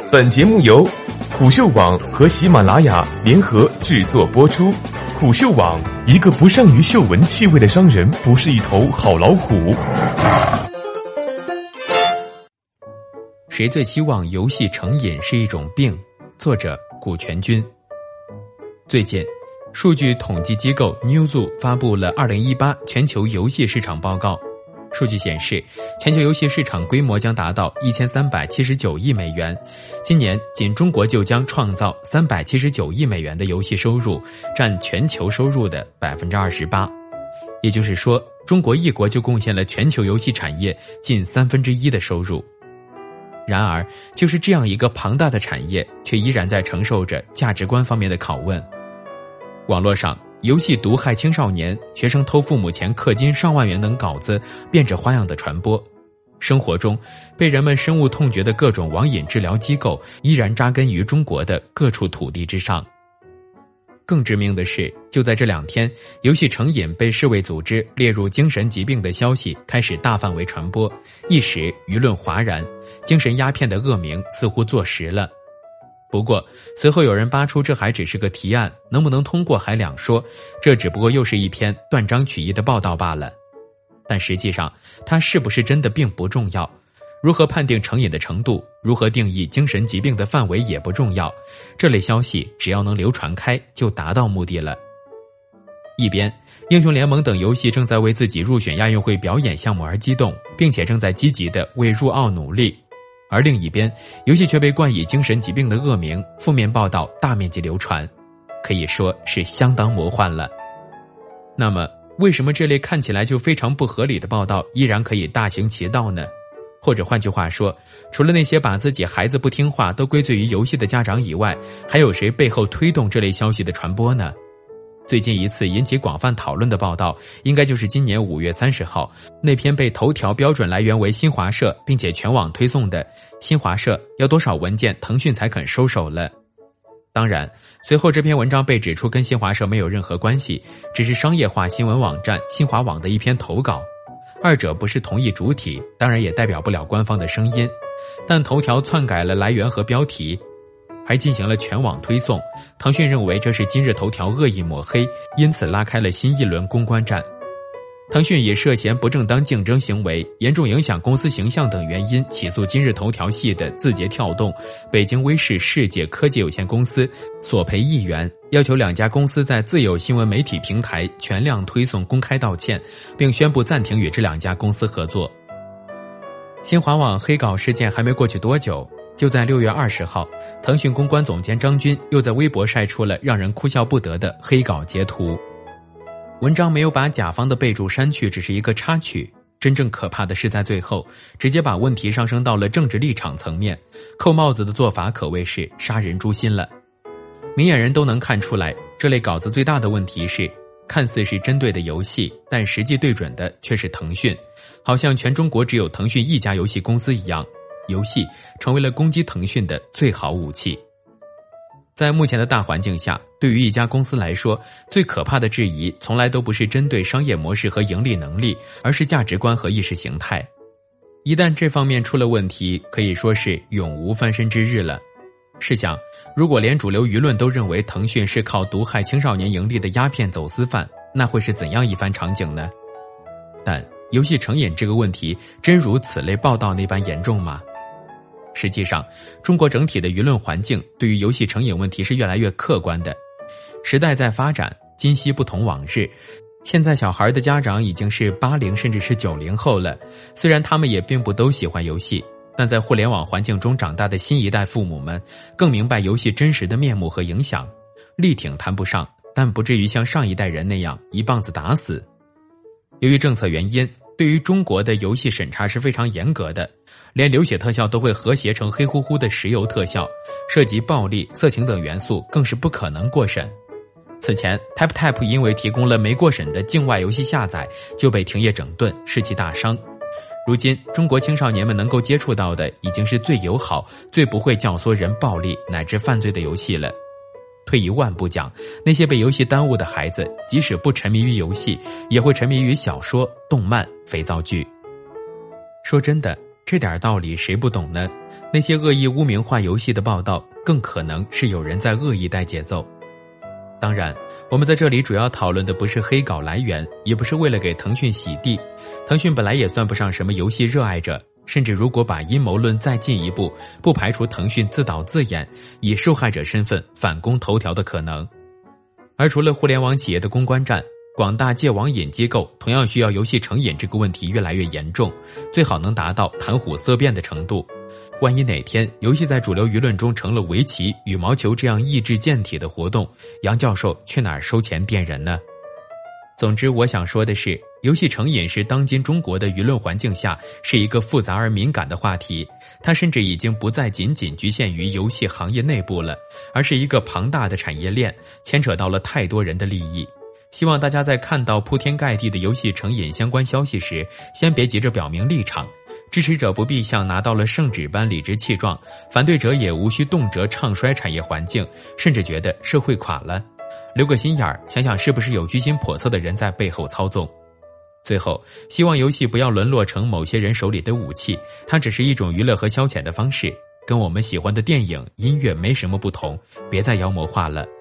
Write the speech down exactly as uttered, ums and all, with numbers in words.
本节目由虎嗅网和喜马拉雅联合制作播出。虎嗅网：一个不善于嗅闻气味的商人不是一头好老虎。 谁最希望游戏成瘾是一种病？作者古全军。最近，数据统计机构 Newzoo 发布了二零一八全球游戏市场报告。数据显示，全球游戏市场规模将达到一千三百七十九亿美元。今年仅中国就将创造三百七十九亿美元的游戏收入，占全球收入的 百分之二十八。也就是说，中国一国就贡献了全球游戏产业近三分之一的收入。然而，就是这样一个庞大的产业，却依然在承受着价值观方面的拷问。网络上，游戏毒害青少年，学生偷父母钱氪金上万元等稿子变着花样的传播。生活中，被人们深恶痛绝的各种网瘾治疗机构依然扎根于中国的各处土地之上。更致命的是，就在这两天，游戏成瘾被世卫组织列入精神疾病的消息开始大范围传播，一时舆论哗然，精神鸦片的恶名似乎坐实了。不过，随后有人扒出这还只是个提案，能不能通过还两说，这只不过又是一篇断章取义的报道罢了。但实际上，它是不是真的并不重要，如何判定成瘾的程度，如何定义精神疾病的范围也不重要，这类消息只要能流传开，就达到目的了。一边，英雄联盟等游戏正在为自己入选亚运会表演项目而激动，并且正在积极地为入奥努力。而另一边，游戏却被冠以精神疾病的恶名，负面报道大面积流传，可以说是相当魔幻了。那么，为什么这类看起来就非常不合理的报道依然可以大行其道呢？或者换句话说，除了那些把自己孩子不听话都归罪于游戏的家长以外，还有谁背后推动这类消息的传播呢？最近一次引起广泛讨论的报道，应该就是今年五月三十号那篇被头条标准来源为新华社并且全网推送的新华社要多少文件腾讯才肯收手了。当然，随后这篇文章被指出跟新华社没有任何关系，只是商业化新闻网站新华网的一篇投稿，二者不是同一主体，当然也代表不了官方的声音，但头条篡改了来源和标题，还进行了全网推送，腾讯认为这是今日头条恶意抹黑，因此拉开了新一轮公关战。腾讯以涉嫌不正当竞争行为、严重影响公司形象等原因起诉今日头条系的字节跳动、北京威视世界科技有限公司，索赔一元，要求两家公司在自有新闻媒体平台全量推送公开道歉，并宣布暂停与这两家公司合作。新华网黑稿事件还没过去多久，就在六月二十号，腾讯公关总监张军又在微博晒出了让人哭笑不得的黑稿截图。文章没有把甲方的备注删去，只是一个插曲，真正可怕的是在最后直接把问题上升到了政治立场层面，扣帽子的做法可谓是杀人诛心了。明眼人都能看出来，这类稿子最大的问题是看似是针对的游戏，但实际对准的却是腾讯，好像全中国只有腾讯一家游戏公司一样，游戏成为了攻击腾讯的最好武器。在目前的大环境下，对于一家公司来说，最可怕的质疑从来都不是针对商业模式和盈利能力，而是价值观和意识形态。一旦这方面出了问题，可以说是永无翻身之日了。试想，如果连主流舆论都认为腾讯是靠毒害青少年盈利的鸦片走私犯，那会是怎样一番场景呢？但游戏成瘾这个问题真如此类报道那般严重吗？实际上，中国整体的舆论环境对于游戏成瘾问题是越来越客观的。时代在发展，今昔不同往日，现在小孩的家长已经是八零甚至是九零后了，虽然他们也并不都喜欢游戏，但在互联网环境中长大的新一代父母们更明白游戏真实的面目和影响，力挺谈不上，但不至于像上一代人那样一棒子打死。由于政策原因，对于中国的游戏审查是非常严格的，连流血特效都会和谐成黑乎乎的石油特效，涉及暴力、色情等元素更是不可能过审。此前 TapTap 因为提供了没过审的境外游戏下载，就被停业整顿，士气大伤。如今中国青少年们能够接触到的已经是最友好、最不会教唆人暴力乃至犯罪的游戏了。退一万步讲，那些被游戏耽误的孩子，即使不沉迷于游戏，也会沉迷于小说、动漫、肥皂剧。说真的，这点道理谁不懂呢？ 那些恶意污名化游戏的报道，更可能是有人在恶意带节奏。当然，我们在这里主要讨论的不是黑稿来源，也不是为了给腾讯洗地。腾讯本来也算不上什么游戏热爱者，甚至如果把阴谋论再进一步，不排除腾讯自导自演，以受害者身份反攻头条的可能。而除了互联网企业的公关战，广大戒网瘾机构同样需要游戏成瘾这个问题越来越严重，最好能达到谈虎色变的程度。万一哪天游戏在主流舆论中成了围棋、羽毛球这样益智健体的活动，杨教授去哪儿收钱垫人呢？总之，我想说的是，游戏成瘾是当今中国的舆论环境下是一个复杂而敏感的话题，它甚至已经不再仅仅局限于游戏行业内部了，而是一个庞大的产业链，牵扯到了太多人的利益。希望大家在看到铺天盖地的游戏成瘾相关消息时，先别急着表明立场，支持者不必像拿到了圣旨般理直气壮，反对者也无需动辄唱衰产业环境，甚至觉得社会垮了。留个心眼儿，想想是不是有居心叵测的人在背后操纵。最后，希望游戏不要沦落成某些人手里的武器，它只是一种娱乐和消遣的方式，跟我们喜欢的电影、音乐没什么不同，别再妖魔化了。